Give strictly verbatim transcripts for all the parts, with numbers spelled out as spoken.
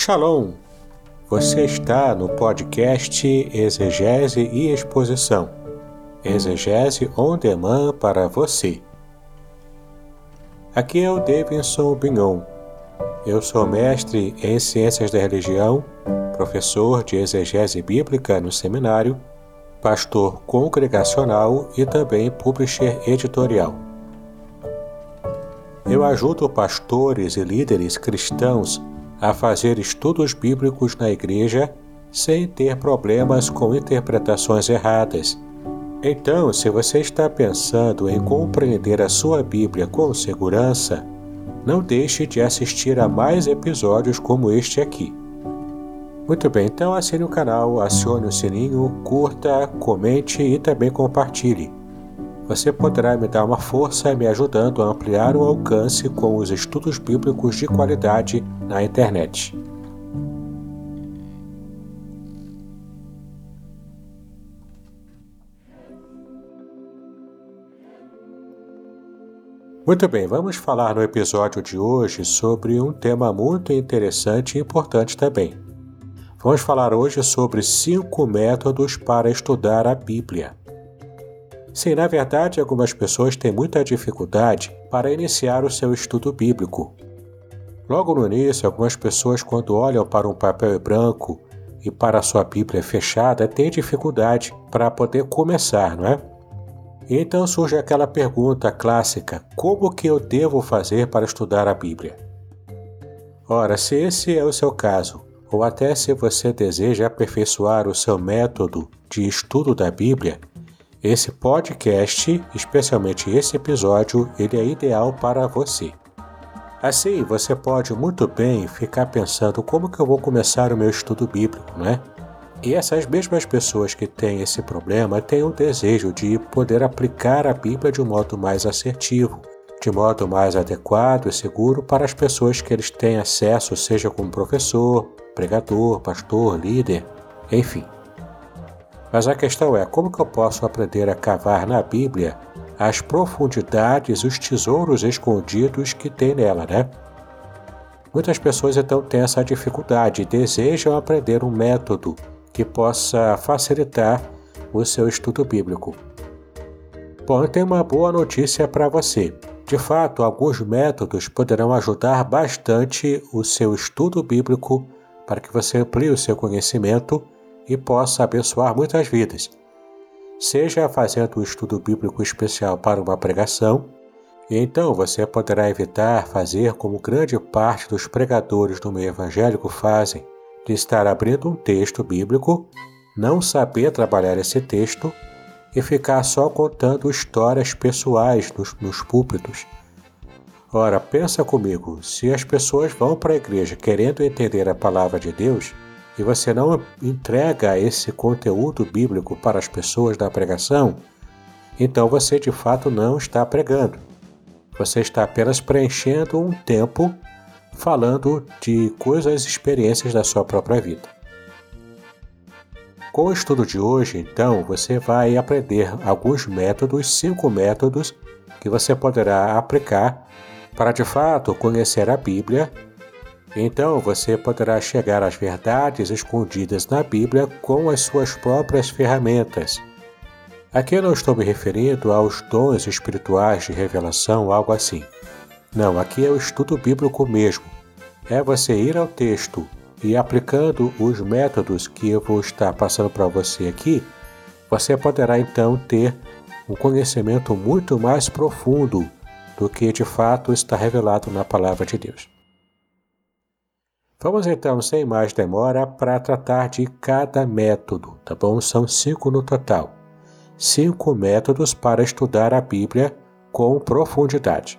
Shalom! Você está no podcast Exegese e Exposição. Exegese on demand para você. Aqui é o Davidson Bignon. Eu sou mestre em Ciências da Religião, professor de Exegese Bíblica no seminário, pastor congregacional e também publisher editorial. Eu ajudo pastores e líderes cristãos a fazer estudos bíblicos na igreja sem ter problemas com interpretações erradas. Então, se você está pensando em compreender a sua Bíblia com segurança, não deixe de assistir a mais episódios como este aqui. Muito bem, então assine o canal, acione o sininho, curta, comente e também compartilhe. Você poderá me dar uma força me ajudando a ampliar o alcance com os estudos bíblicos de qualidade na internet. Muito bem, vamos falar no episódio de hoje sobre um tema muito interessante e importante também. Vamos falar hoje sobre cinco métodos para estudar a Bíblia. Sim, na verdade, algumas pessoas têm muita dificuldade para iniciar o seu estudo bíblico. Logo no início, algumas pessoas, quando olham para um papel em branco e para a sua Bíblia fechada, têm dificuldade para poder começar, não é? E então surge aquela pergunta clássica: como que eu devo fazer para estudar a Bíblia? Ora, se esse é o seu caso, ou até se você deseja aperfeiçoar o seu método de estudo da Bíblia, esse podcast, especialmente esse episódio, ele é ideal para você. Assim, você pode muito bem ficar pensando como que eu vou começar o meu estudo bíblico, não é? E essas mesmas pessoas que têm esse problema têm o desejo de poder aplicar a Bíblia de um modo mais assertivo, de modo mais adequado e seguro para as pessoas que eles têm acesso, seja como professor, pregador, pastor, líder, enfim. Mas a questão é, como que eu posso aprender a cavar na Bíblia as profundidades e os tesouros escondidos que tem nela, né? Muitas pessoas então têm essa dificuldade e desejam aprender um método que possa facilitar o seu estudo bíblico. Bom, eu tenho uma boa notícia para você. De fato, alguns métodos poderão ajudar bastante o seu estudo bíblico para que você amplie o seu conhecimento e possa abençoar muitas vidas. Seja fazendo um estudo bíblico especial para uma pregação, e então você poderá evitar fazer como grande parte dos pregadores do meio evangélico fazem, de estar abrindo um texto bíblico, não saber trabalhar esse texto e ficar só contando histórias pessoais nos, nos púlpitos. Ora, pensa comigo, se as pessoas vão para a igreja querendo entender a palavra de Deus, e você não entrega esse conteúdo bíblico para as pessoas da pregação, então você de fato não está pregando. Você está apenas preenchendo um tempo falando de coisas e experiências da sua própria vida. Com o estudo de hoje, então, você vai aprender alguns métodos, cinco métodos, que você poderá aplicar para de fato conhecer a Bíblia. Então você poderá chegar às verdades escondidas na Bíblia com as suas próprias ferramentas. Aqui eu não estou me referindo aos dons espirituais de revelação, algo assim. Não, aqui é o estudo bíblico mesmo. É você ir ao texto e aplicando os métodos que eu vou estar passando para você aqui, você poderá então ter um conhecimento muito mais profundo do que de fato está revelado na palavra de Deus. Vamos então, sem mais demora, para tratar de cada método, tá bom? São cinco no total. Cinco métodos para estudar a Bíblia com profundidade.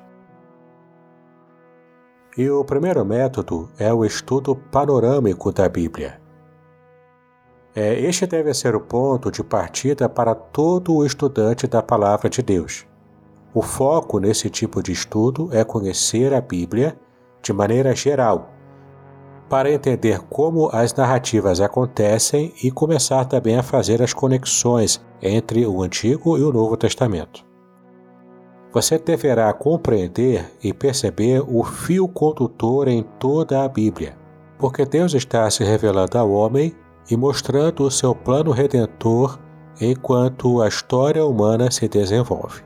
E o primeiro método é o estudo panorâmico da Bíblia. É, este deve ser o ponto de partida para todo o estudante da Palavra de Deus. O foco nesse tipo de estudo é conhecer a Bíblia de maneira geral, para entender como as narrativas acontecem e começar também a fazer as conexões entre o Antigo e o Novo Testamento. Você deverá compreender e perceber o fio condutor em toda a Bíblia. porque Deus está se revelando ao homem e mostrando o seu plano redentor enquanto a história humana se desenvolve.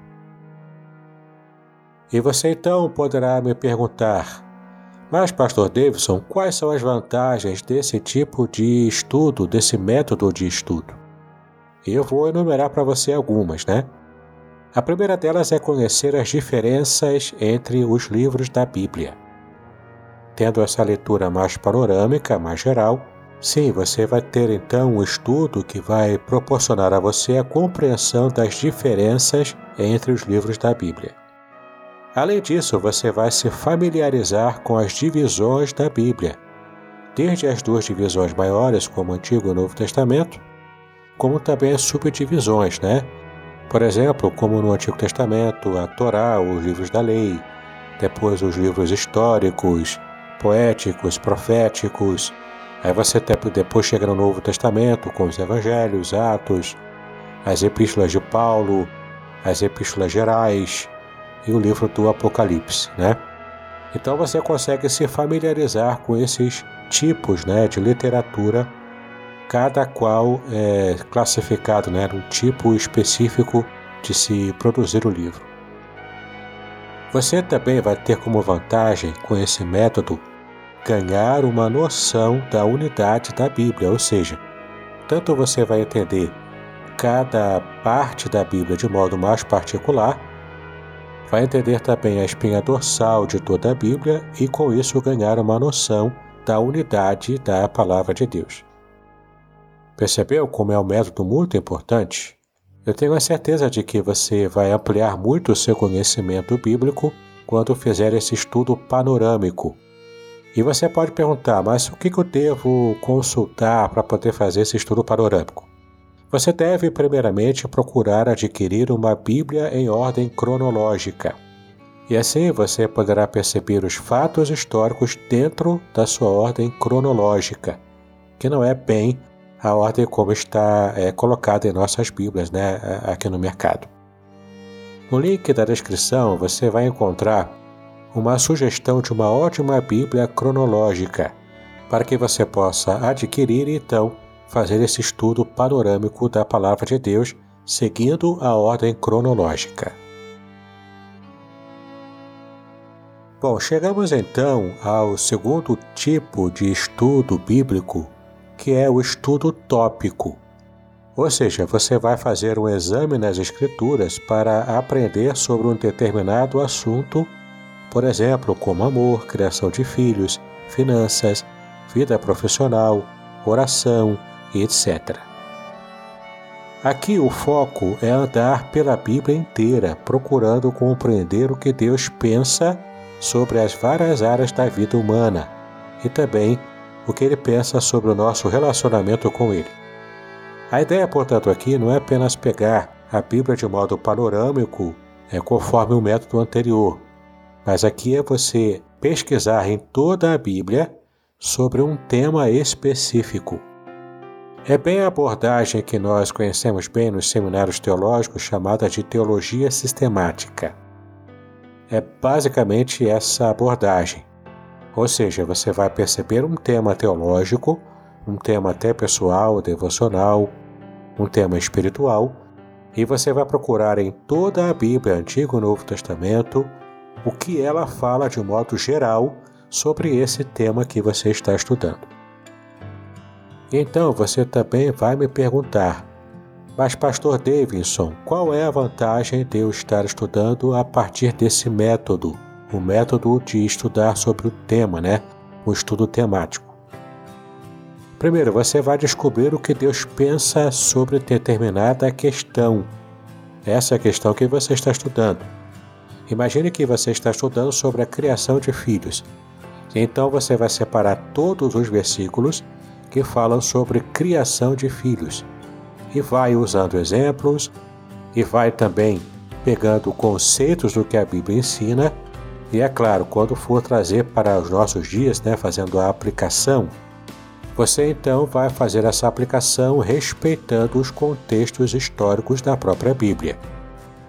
E você então poderá me perguntar: mas, pastor Davidson, quais são as vantagens desse tipo de estudo, desse método de estudo? E eu vou enumerar para você algumas, né? A primeira delas é conhecer as diferenças entre os livros da Bíblia. Tendo essa leitura mais panorâmica, mais geral, sim, você vai ter então um estudo que vai proporcionar a você a compreensão das diferenças entre os livros da Bíblia. Além disso, você vai se familiarizar com as divisões da Bíblia, desde as duas divisões maiores, como o Antigo e o Novo Testamento, como também as subdivisões, né? Por exemplo, como no Antigo Testamento, a Torá, os livros da lei, depois os livros históricos, poéticos, proféticos. Aí você depois chega no Novo Testamento com os Evangelhos, Atos, as Epístolas de Paulo, as Epístolas gerais e o livro do Apocalipse, né? Então você consegue se familiarizar com esses tipos, né, de literatura, cada qual é classificado, né, num tipo específico de se produzir o livro. Você também vai ter como vantagem, com esse método, ganhar uma noção da unidade da Bíblia, ou seja, tanto você vai entender cada parte da Bíblia de modo mais particular, vai entender também a espinha dorsal de toda a Bíblia e com isso ganhar uma noção da unidade da Palavra de Deus. Percebeu como é um método muito importante? Eu tenho a certeza de que você vai ampliar muito o seu conhecimento bíblico quando fizer esse estudo panorâmico. E você pode perguntar, mas o que eu devo consultar para poder fazer esse estudo panorâmico? Você deve primeiramente procurar adquirir uma Bíblia em ordem cronológica. E assim você poderá perceber os fatos históricos dentro da sua ordem cronológica, que não é bem a ordem como está é, colocada em nossas Bíblias, né, aqui no mercado. No link da descrição você vai encontrar uma sugestão de uma ótima Bíblia cronológica, para que você possa adquirir e então fazer esse estudo panorâmico da Palavra de Deus, seguindo a ordem cronológica. Bom, chegamos então ao segundo tipo de estudo bíblico, que é o estudo tópico. Ou seja, você vai fazer um exame nas Escrituras para aprender sobre um determinado assunto, por exemplo, como amor, criação de filhos, finanças, vida profissional, oração e etcétera. Aqui o foco é andar pela Bíblia inteira, procurando compreender o que Deus pensa sobre as várias áreas da vida humana e também o que Ele pensa sobre o nosso relacionamento com Ele. A ideia, portanto, aqui não é apenas pegar a Bíblia de modo panorâmico, é, conforme o método anterior, mas aqui é você pesquisar em toda a Bíblia sobre um tema específico. É bem a abordagem que nós conhecemos bem nos seminários teológicos, chamada de teologia sistemática. É basicamente essa abordagem. Ou seja, você vai perceber um tema teológico, um tema até pessoal, devocional, um tema espiritual, e você vai procurar em toda a Bíblia, Antigo e Novo Testamento, o que ela fala de modo geral sobre esse tema que você está estudando. Então você também vai me perguntar, mas pastor Davidson, qual é a vantagem de eu estar estudando a partir desse método? O método de estudar sobre o tema, né? O estudo temático. Primeiro, você vai descobrir o que Deus pensa sobre determinada questão. Essa é a questão que você está estudando. Imagine que você está estudando sobre a criação de filhos. Então você vai separar todos os versículos que falam sobre criação de filhos. E vai usando exemplos, e vai também pegando conceitos do que a Bíblia ensina. E é claro, quando for trazer para os nossos dias, né, fazendo a aplicação, você então vai fazer essa aplicação respeitando os contextos históricos da própria Bíblia.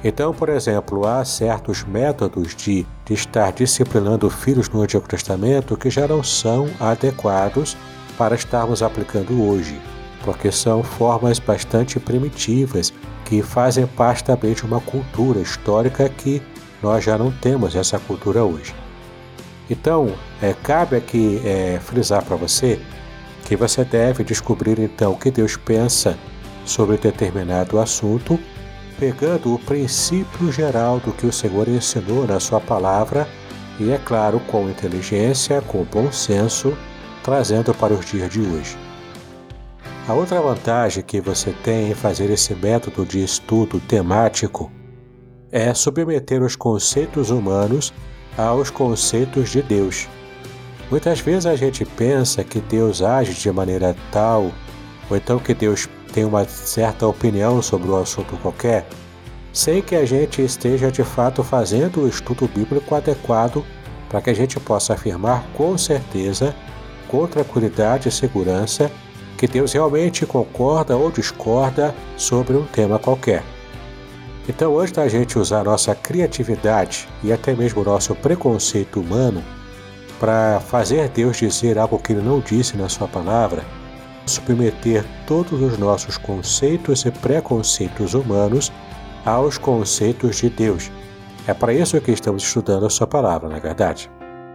Então, por exemplo, há certos métodos de, de estar disciplinando filhos no Antigo Testamento que já não são adequados para estarmos aplicando hoje, porque são formas bastante primitivas que fazem parte também de uma cultura histórica que nós já não temos essa cultura hoje. Então, é, cabe aqui é, frisar para você que você deve descobrir então o que Deus pensa sobre determinado assunto, pegando o princípio geral do que o Senhor ensinou na sua palavra e, é claro, com inteligência, com bom senso, trazendo para os dias de hoje. A outra vantagem que você tem em fazer esse método de estudo temático é submeter os conceitos humanos aos conceitos de Deus. Muitas vezes a gente pensa que Deus age de maneira tal, ou então que Deus tem uma certa opinião sobre um assunto qualquer, sem que a gente esteja de fato fazendo o estudo bíblico adequado para que a gente possa afirmar com certeza, com tranquilidade e segurança, que Deus realmente concorda ou discorda sobre um tema qualquer. Então, antes da gente usar nossa criatividade e até mesmo o nosso preconceito humano para fazer Deus dizer algo que Ele não disse na sua palavra, submeter todos os nossos conceitos e preconceitos humanos aos conceitos de Deus. É para isso que estamos estudando a sua palavra, não é verdade?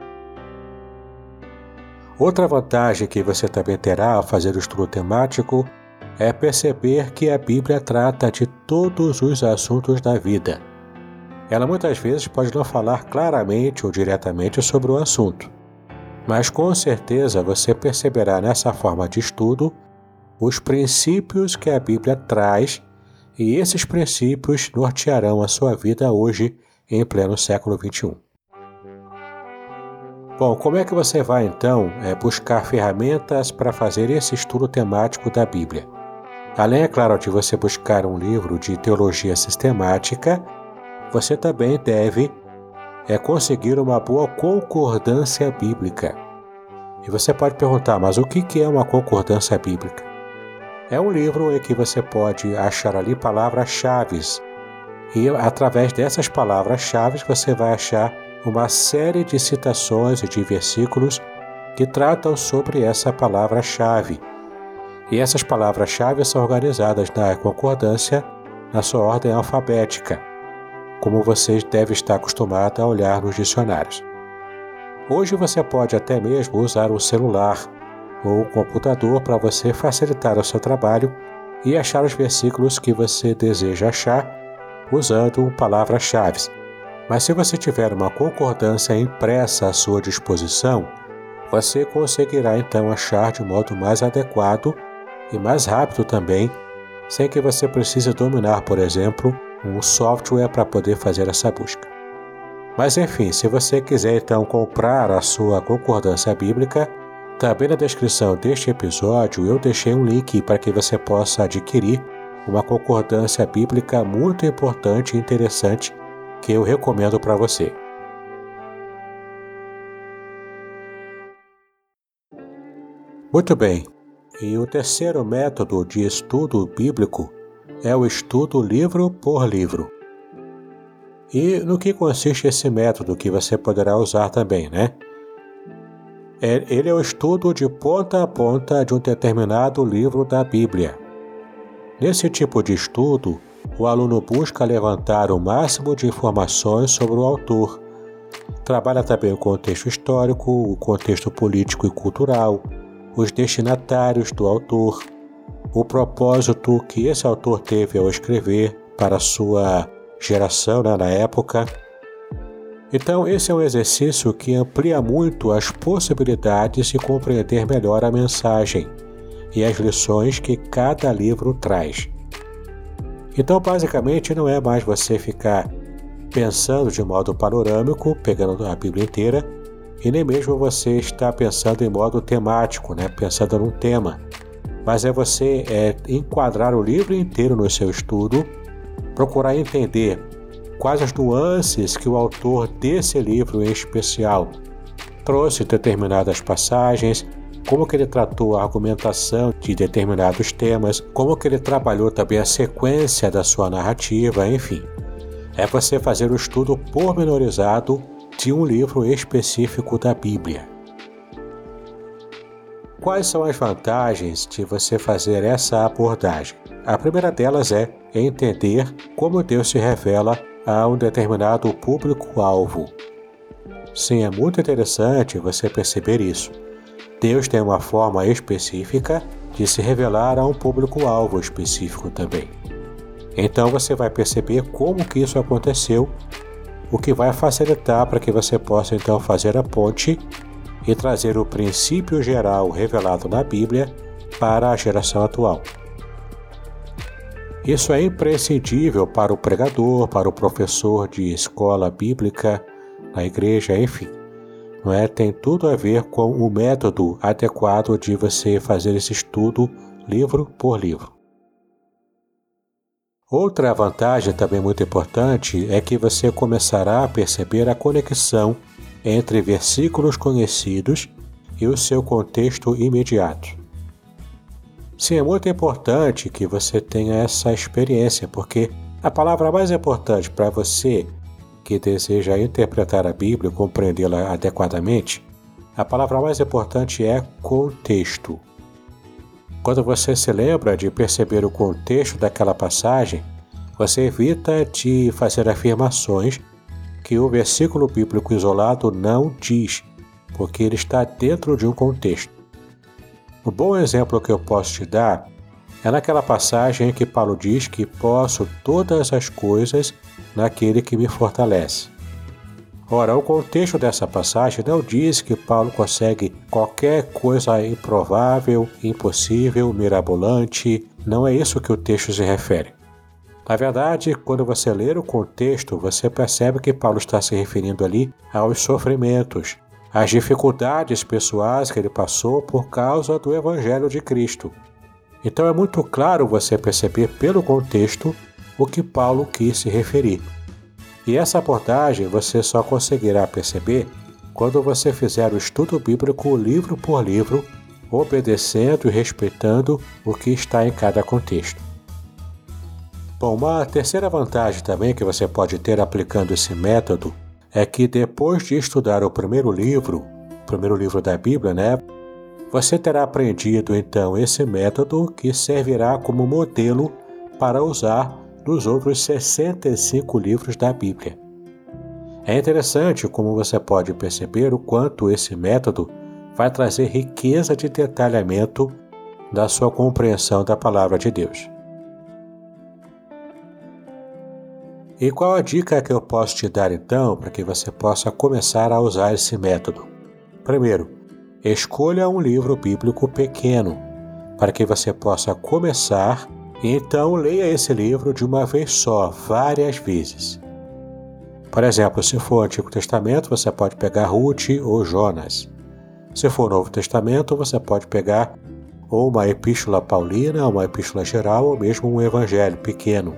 Outra vantagem que você também terá ao fazer o estudo temático é perceber que a Bíblia trata de todos os assuntos da vida. Ela muitas vezes pode não falar claramente ou diretamente sobre o assunto, mas com certeza você perceberá nessa forma de estudo os princípios que a Bíblia traz e esses princípios nortearão a sua vida hoje em pleno século vinte e um. Bom, como é que você vai então é, buscar ferramentas para fazer esse estudo temático da Bíblia? Além, é claro, de você buscar um livro de teologia sistemática, você também deve é, conseguir uma boa concordância bíblica. E você pode perguntar, mas o que é uma concordância bíblica? É um livro em que você pode achar ali palavras-chave e através dessas palavras-chave você vai achar uma série de citações e de versículos que tratam sobre essa palavra-chave. E essas palavras-chave são organizadas na concordância na sua ordem alfabética, como você deve estar acostumado a olhar nos dicionários. Hoje você pode até mesmo usar um celular ou um computador para você facilitar o seu trabalho e achar os versículos que você deseja achar usando palavras-chave. Mas se você tiver uma concordância impressa à sua disposição, você conseguirá então achar de modo mais adequado e mais rápido também, sem que você precise dominar, por exemplo, um software para poder fazer essa busca. Mas enfim, se você quiser então comprar a sua concordância bíblica, também na descrição deste episódio eu deixei um link para que você possa adquirir uma concordância bíblica muito importante e interessante que eu recomendo para você. Muito bem, e o terceiro método de estudo bíblico é o estudo livro por livro. E no que consiste esse método que você poderá usar também, né? Ele é o estudo de ponta a ponta de um determinado livro da Bíblia. Nesse tipo de estudo, o aluno busca levantar o máximo de informações sobre o autor. Trabalha também o contexto histórico, o contexto político e cultural, os destinatários do autor, o propósito que esse autor teve ao escrever para a sua geração, né, na época. Então, esse é um exercício que amplia muito as possibilidades de compreender melhor a mensagem e as lições que cada livro traz. Então, basicamente, não é mais você ficar pensando de modo panorâmico, pegando a Bíblia inteira, e nem mesmo você estar pensando em modo temático, né? Pensando num tema. Mas é você é, enquadrar o livro inteiro no seu estudo, procurar entender quais as nuances que o autor desse livro em especial trouxe em determinadas passagens, como que ele tratou a argumentação de determinados temas, como que ele trabalhou também a sequência da sua narrativa, enfim. é você fazer o estudo pormenorizado de um livro específico da Bíblia. Quais são as vantagens de você fazer essa abordagem? A primeira delas é entender como Deus se revela a um determinado público-alvo. Sim, é muito interessante você perceber isso. Deus tem uma forma específica de se revelar a um público-alvo específico também. Então você vai perceber como que isso aconteceu, o que vai facilitar para que você possa então fazer a ponte e trazer o princípio geral revelado na Bíblia para a geração atual. Isso é imprescindível para o pregador, para o professor de escola bíblica, na igreja, enfim. Não é? Tem tudo a ver com o método adequado de você fazer esse estudo livro por livro. Outra vantagem também muito importante é que você começará a perceber a conexão entre versículos conhecidos e o seu contexto imediato. Sim, é muito importante que você tenha essa experiência, porque a palavra mais importante para você que deseja interpretar a Bíblia e compreendê-la adequadamente, a palavra mais importante é contexto. Quando você se lembra de perceber o contexto daquela passagem, você evita de fazer afirmações que o versículo bíblico isolado não diz, porque ele está dentro de um contexto. Um bom exemplo que eu posso te dar é naquela passagem em que Paulo diz que posso todas as coisas naquele que me fortalece. Ora, o contexto dessa passagem não diz que Paulo consegue qualquer coisa improvável, impossível, mirabolante. Não é isso que o texto se refere. Na verdade, quando você ler o contexto, você percebe que Paulo está se referindo ali aos sofrimentos, às dificuldades pessoais que ele passou por causa do Evangelho de Cristo. Então é muito claro você perceber pelo contexto o que Paulo quis se referir. E essa abordagem você só conseguirá perceber quando você fizer o estudo bíblico livro por livro, obedecendo e respeitando o que está em cada contexto. Bom, uma terceira vantagem também que você pode ter aplicando esse método é que depois de estudar o primeiro livro, o primeiro livro da Bíblia, né, você terá aprendido então esse método que servirá como modelo para usar nos outros sessenta e cinco livros da Bíblia. É interessante como você pode perceber o quanto esse método vai trazer riqueza de detalhamento da sua compreensão da palavra de Deus. E qual a dica que eu posso te dar então para que você possa começar a usar esse método? Primeiro, escolha um livro bíblico pequeno para que você possa começar e então leia esse livro de uma vez só, várias vezes. Por exemplo, se for o Antigo Testamento, você pode pegar Ruth ou Jonas. Se for o Novo Testamento, você pode pegar ou uma epístola paulina, uma epístola geral ou mesmo um evangelho pequeno.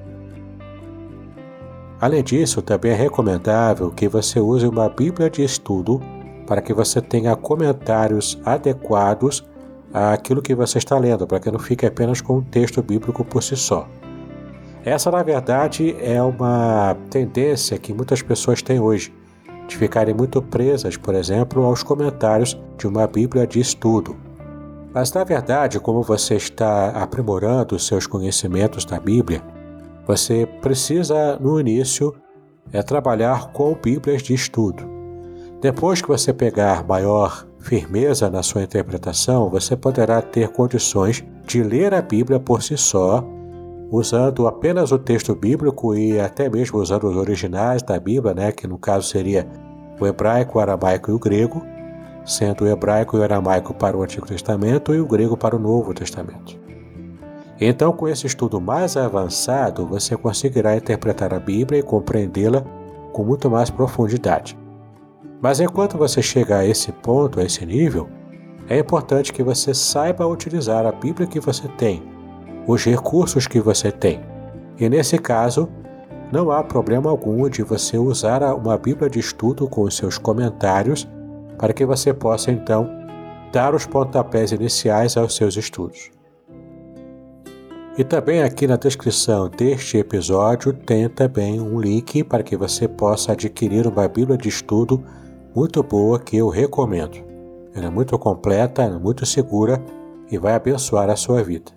Além disso, também é recomendável que você use uma Bíblia de estudo para que você tenha comentários adequados àquilo que você está lendo, para que não fique apenas com um texto bíblico por si só. Essa, na verdade, é uma tendência que muitas pessoas têm hoje, de ficarem muito presas, por exemplo, aos comentários de uma Bíblia de estudo. Mas, na verdade, como você está aprimorando os seus conhecimentos da Bíblia, você precisa, no início, é trabalhar com Bíblias de estudo. Depois que você pegar maior firmeza na sua interpretação, você poderá ter condições de ler a Bíblia por si só, usando apenas o texto bíblico e até mesmo usando os originais da Bíblia, né, que no caso seria o hebraico, o aramaico e o grego, sendo o hebraico e o aramaico para o Antigo Testamento e o grego para o Novo Testamento. Então, com esse estudo mais avançado, você conseguirá interpretar a Bíblia e compreendê-la com muito mais profundidade. Mas enquanto você chega a esse ponto, a esse nível, é importante que você saiba utilizar a Bíblia que você tem, os recursos que você tem. E nesse caso, não há problema algum de você usar uma Bíblia de estudo com os seus comentários para que você possa, então, dar os pontapés iniciais aos seus estudos. E também aqui na descrição deste episódio tem também um link para que você possa adquirir uma Bíblia de estudo muito boa que eu recomendo. Ela é muito completa, muito segura e vai abençoar a sua vida.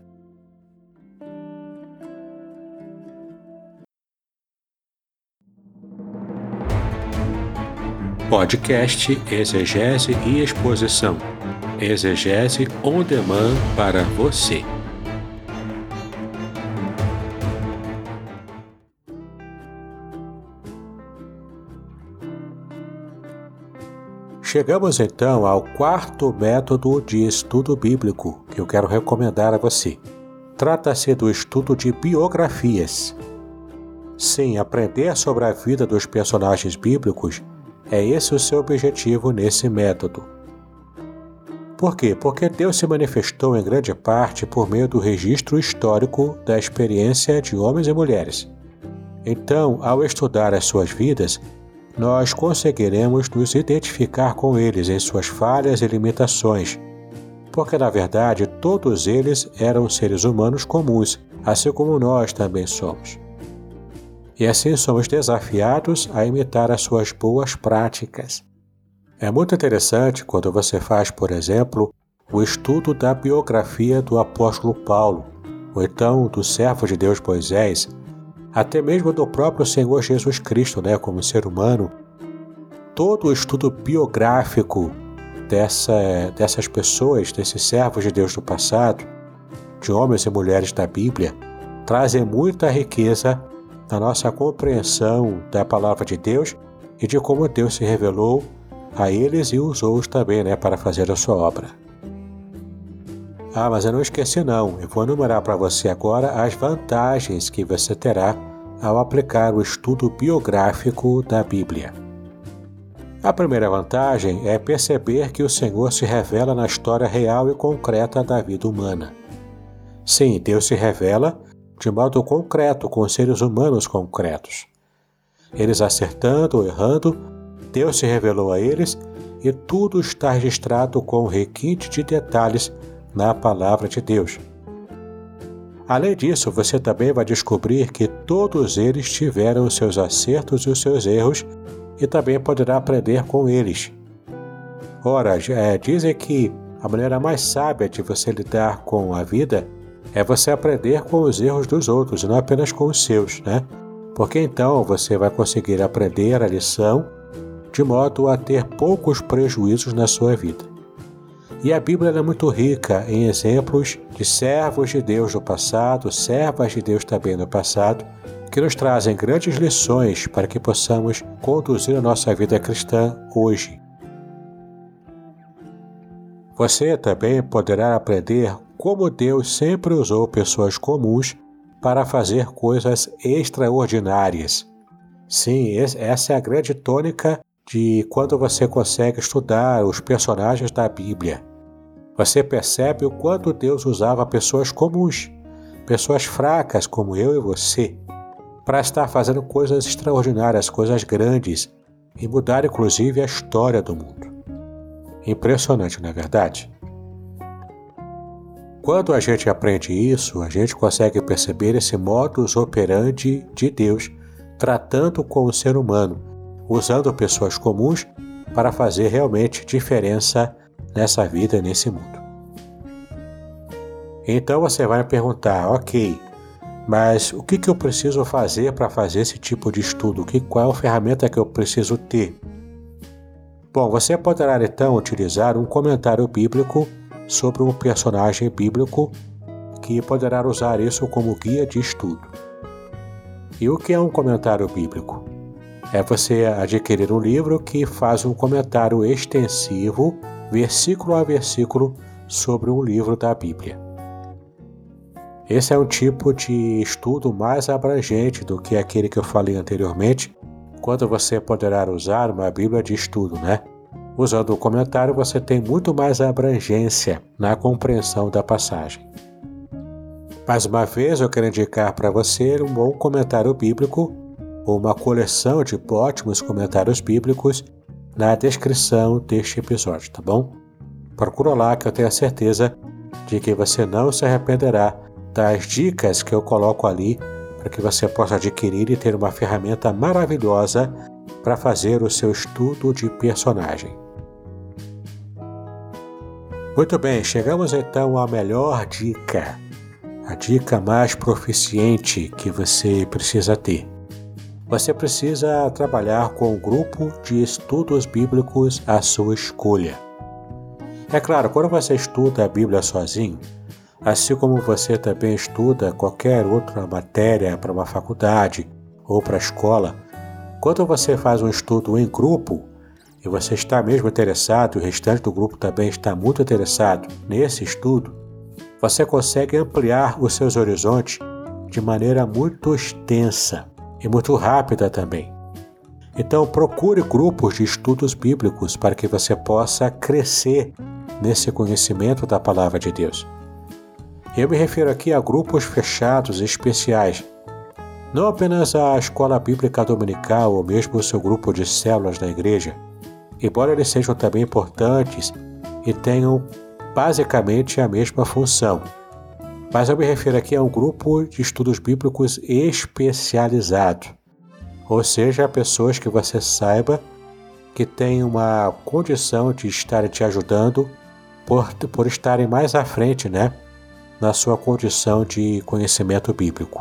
Podcast Exegese e Exposição. Exegese on demand para você. Chegamos então ao quarto método de estudo bíblico que eu quero recomendar a você. Trata-se do estudo de biografias. Sim, aprender sobre a vida dos personagens bíblicos é esse o seu objetivo nesse método. Por quê? Porque Deus se manifestou em grande parte por meio do registro histórico da experiência de homens e mulheres. Então, ao estudar as suas vidas, nós conseguiremos nos identificar com eles em suas falhas e limitações, porque na verdade todos eles eram seres humanos comuns, assim como nós também somos. E assim somos desafiados a imitar as suas boas práticas. É muito interessante quando você faz, por exemplo, o estudo da biografia do apóstolo Paulo, ou então do servo de Deus Moisés, até mesmo do próprio Senhor Jesus Cristo, né, como ser humano. Todo o estudo biográfico dessa, dessas pessoas, desses servos de Deus do passado, de homens e mulheres da Bíblia, trazem muita riqueza na nossa compreensão da palavra de Deus e de como Deus se revelou a eles e usou-os também, né, para fazer a sua obra. Ah, mas eu não esqueci não, eu vou enumerar para você agora as vantagens que você terá ao aplicar o estudo biográfico da Bíblia. A primeira vantagem é perceber que o Senhor se revela na história real e concreta da vida humana. Sim, Deus se revela de modo concreto com os seres humanos concretos. Eles acertando ou errando, Deus se revelou a eles e tudo está registrado com requinte de detalhes na palavra de Deus. Além disso, você também vai descobrir que todos eles tiveram os seus acertos e os seus erros e também poderá aprender com eles. Ora, é, dizem que a maneira mais sábia de você lidar com a vida é você aprender com os erros dos outros e não apenas com os seus, né? Porque então você vai conseguir aprender a lição de modo a ter poucos prejuízos na sua vida. E a Bíblia é muito rica em exemplos de servos de Deus do passado, servas de Deus também no passado, que nos trazem grandes lições para que possamos conduzir a nossa vida cristã hoje. Você também poderá aprender como Deus sempre usou pessoas comuns para fazer coisas extraordinárias. Sim, essa é a grande tônica de quando você consegue estudar os personagens da Bíblia. Você percebe o quanto Deus usava pessoas comuns, pessoas fracas como eu e você, para estar fazendo coisas extraordinárias, coisas grandes, e mudar inclusive a história do mundo. Impressionante, não é verdade? Quando a gente aprende isso, a gente consegue perceber esse modus operandi de Deus tratando com o ser humano, usando pessoas comuns para fazer realmente diferença nessa vida e nesse mundo. Então você vai me perguntar, ok, mas o que, que eu preciso fazer para fazer esse tipo de estudo? Que, qual é a ferramenta que eu preciso ter? Bom, você poderá então utilizar um comentário bíblico sobre um personagem bíblico que poderá usar isso como guia de estudo. E o que é um comentário bíblico? É você adquirir um livro que faz um comentário extensivo, versículo a versículo, sobre um livro da Bíblia. Esse é um tipo de estudo mais abrangente do que aquele que eu falei anteriormente, quando você poderá usar uma Bíblia de estudo, né? Usando o comentário, você tem muito mais abrangência na compreensão da passagem. Mais uma vez, eu quero indicar para você um bom comentário bíblico ou uma coleção de ótimos comentários bíblicos na descrição deste episódio, tá bom? Procura lá que eu tenho a certeza de que você não se arrependerá das dicas que eu coloco ali para que você possa adquirir e ter uma ferramenta maravilhosa para fazer o seu estudo de personagem. Muito bem, chegamos então à melhor dica, a dica mais proficiente que você precisa ter. Você precisa trabalhar com um grupo de estudos bíblicos à sua escolha. É claro, quando você estuda a Bíblia sozinho, assim como você também estuda qualquer outra matéria para uma faculdade ou para a escola, quando você faz um estudo em grupo e você está mesmo interessado e o restante do grupo também está muito interessado nesse estudo, você consegue ampliar os seus horizontes de maneira muito extensa e muito rápida também. Então procure grupos de estudos bíblicos para que você possa crescer nesse conhecimento da Palavra de Deus. Eu me refiro aqui a grupos fechados especiais, não apenas a escola bíblica dominical ou mesmo o seu grupo de células na igreja, embora eles sejam também importantes e tenham basicamente a mesma função. Mas eu me refiro aqui a um grupo de estudos bíblicos especializado, ou seja, pessoas que você saiba que têm uma condição de estarem te ajudando por, por estarem mais à frente, né, na sua condição de conhecimento bíblico.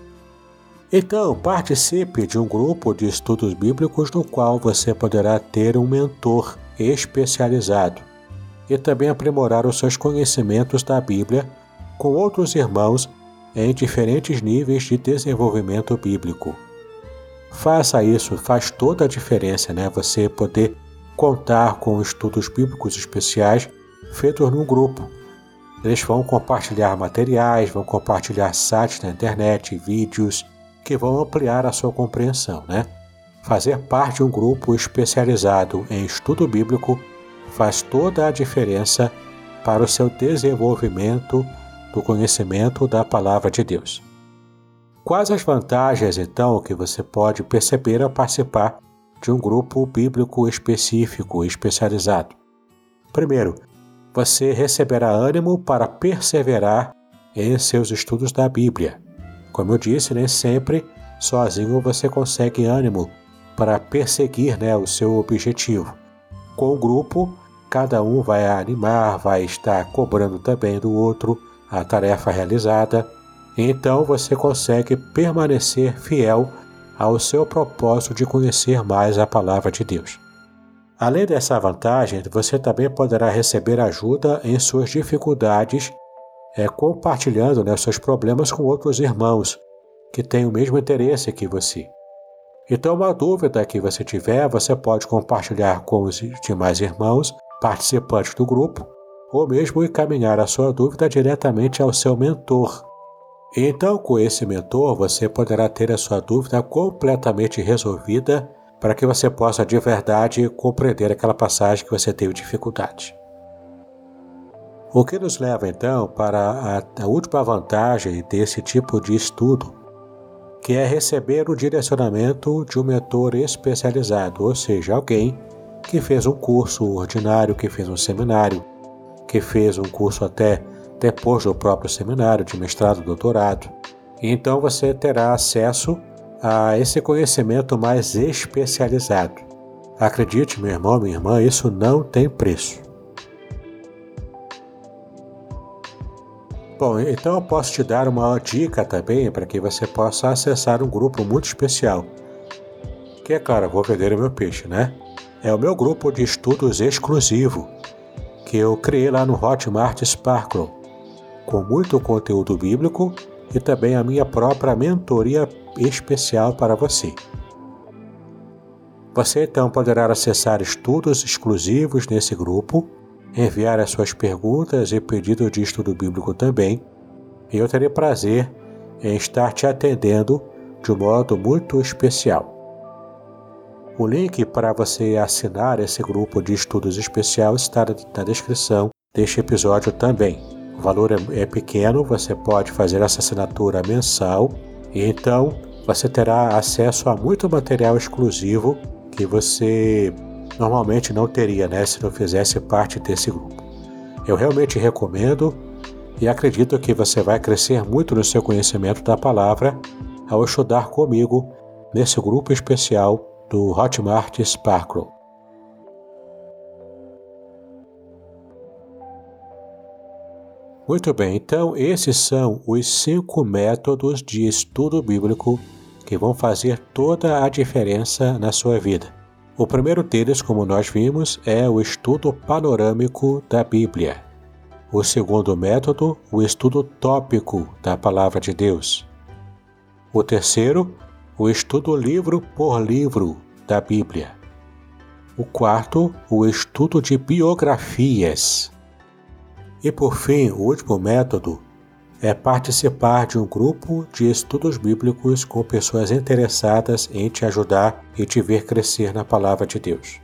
Então, participe de um grupo de estudos bíblicos no qual você poderá ter um mentor especializado e também aprimorar os seus conhecimentos da Bíblia com outros irmãos em diferentes níveis de desenvolvimento bíblico. Faça isso, faz toda a diferença, né? Você poder contar com estudos bíblicos especiais feitos num grupo. Eles vão compartilhar materiais, vão compartilhar sites na internet, vídeos que vão ampliar a sua compreensão, né? Fazer parte de um grupo especializado em estudo bíblico faz toda a diferença para o seu desenvolvimento do conhecimento da Palavra de Deus. Quais as vantagens, então, que você pode perceber ao participar de um grupo bíblico específico, especializado? Primeiro, você receberá ânimo para perseverar em seus estudos da Bíblia. Como eu disse, nem sempre sozinho você consegue ânimo para perseguir, né, o seu objetivo. Com o grupo, cada um vai animar, vai estar cobrando também do outro a tarefa realizada. Então você consegue permanecer fiel ao seu propósito de conhecer mais a Palavra de Deus. Além dessa vantagem, você também poderá receber ajuda em suas dificuldades, é, compartilhando, né, seus problemas com outros irmãos que têm o mesmo interesse que você. Então, uma dúvida que você tiver, você pode compartilhar com os demais irmãos, participantes do grupo, ou mesmo encaminhar a sua dúvida diretamente ao seu mentor. Então, com esse mentor, você poderá ter a sua dúvida completamente resolvida para que você possa de verdade compreender aquela passagem que você teve dificuldade. O que nos leva então para a, a última vantagem desse tipo de estudo, que é receber o direcionamento de um mentor especializado, ou seja, alguém que fez um curso ordinário, que fez um seminário, que fez um curso até depois do próprio seminário, de mestrado, doutorado. Então você terá acesso a esse conhecimento mais especializado. Acredite, meu irmão, minha irmã, isso não tem preço. Bom, então eu posso te dar uma dica também para que você possa acessar um grupo muito especial. Que é claro, eu vou vender o meu peixe, né? É o meu grupo de estudos exclusivo, que eu criei lá no Hotmart Sparkle, com muito conteúdo bíblico e também a minha própria mentoria especial para você. Você então poderá acessar estudos exclusivos nesse grupo, enviar as suas perguntas e pedidos de estudo bíblico também, e eu terei prazer em estar te atendendo de um modo muito especial. O link para você assinar esse grupo de estudos especial está na descrição deste episódio também. O valor é pequeno, você pode fazer essa assinatura mensal e então você terá acesso a muito material exclusivo que você normalmente não teria, né, se não fizesse parte desse grupo. Eu realmente recomendo e acredito que você vai crescer muito no seu conhecimento da palavra ao estudar comigo nesse grupo especial do Hotmart Sparkle. Muito bem, então esses são os cinco métodos de estudo bíblico que vão fazer toda a diferença na sua vida. O primeiro deles, como nós vimos, é o estudo panorâmico da Bíblia. O segundo método, o estudo tópico da Palavra de Deus. O terceiro, o estudo livro por livro da Bíblia. O quarto, o estudo de biografias. E por fim, o último método é participar de um grupo de estudos bíblicos com pessoas interessadas em te ajudar e te ver crescer na Palavra de Deus.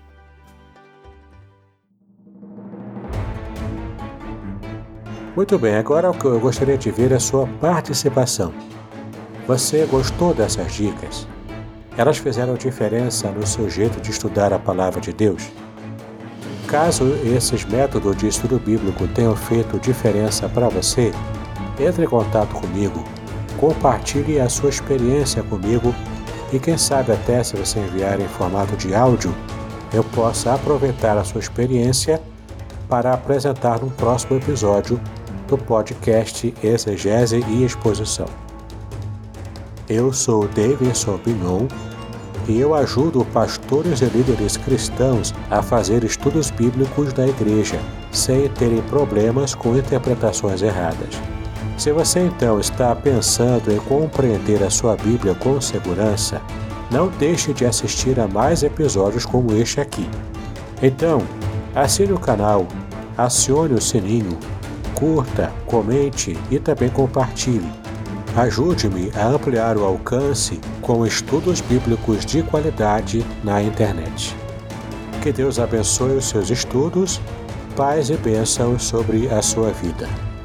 Muito bem, agora o que eu gostaria de ver é a sua participação. Você gostou dessas dicas? Elas fizeram diferença no seu jeito de estudar a Palavra de Deus? Caso esses métodos de estudo bíblico tenham feito diferença para você, entre em contato comigo, compartilhe a sua experiência comigo e quem sabe até se você enviar em formato de áudio, eu possa aproveitar a sua experiência para apresentar no próximo episódio do podcast Exegese e Exposição. Eu sou Davidson Pignon e eu ajudo pastores e líderes cristãos a fazer estudos bíblicos da igreja, sem terem problemas com interpretações erradas. Se você então está pensando em compreender a sua Bíblia com segurança, não deixe de assistir a mais episódios como este aqui. Então, assine o canal, acione o sininho, curta, comente e também compartilhe. Ajude-me a ampliar o alcance com estudos bíblicos de qualidade na internet. Que Deus abençoe os seus estudos, paz e bênçãos sobre a sua vida.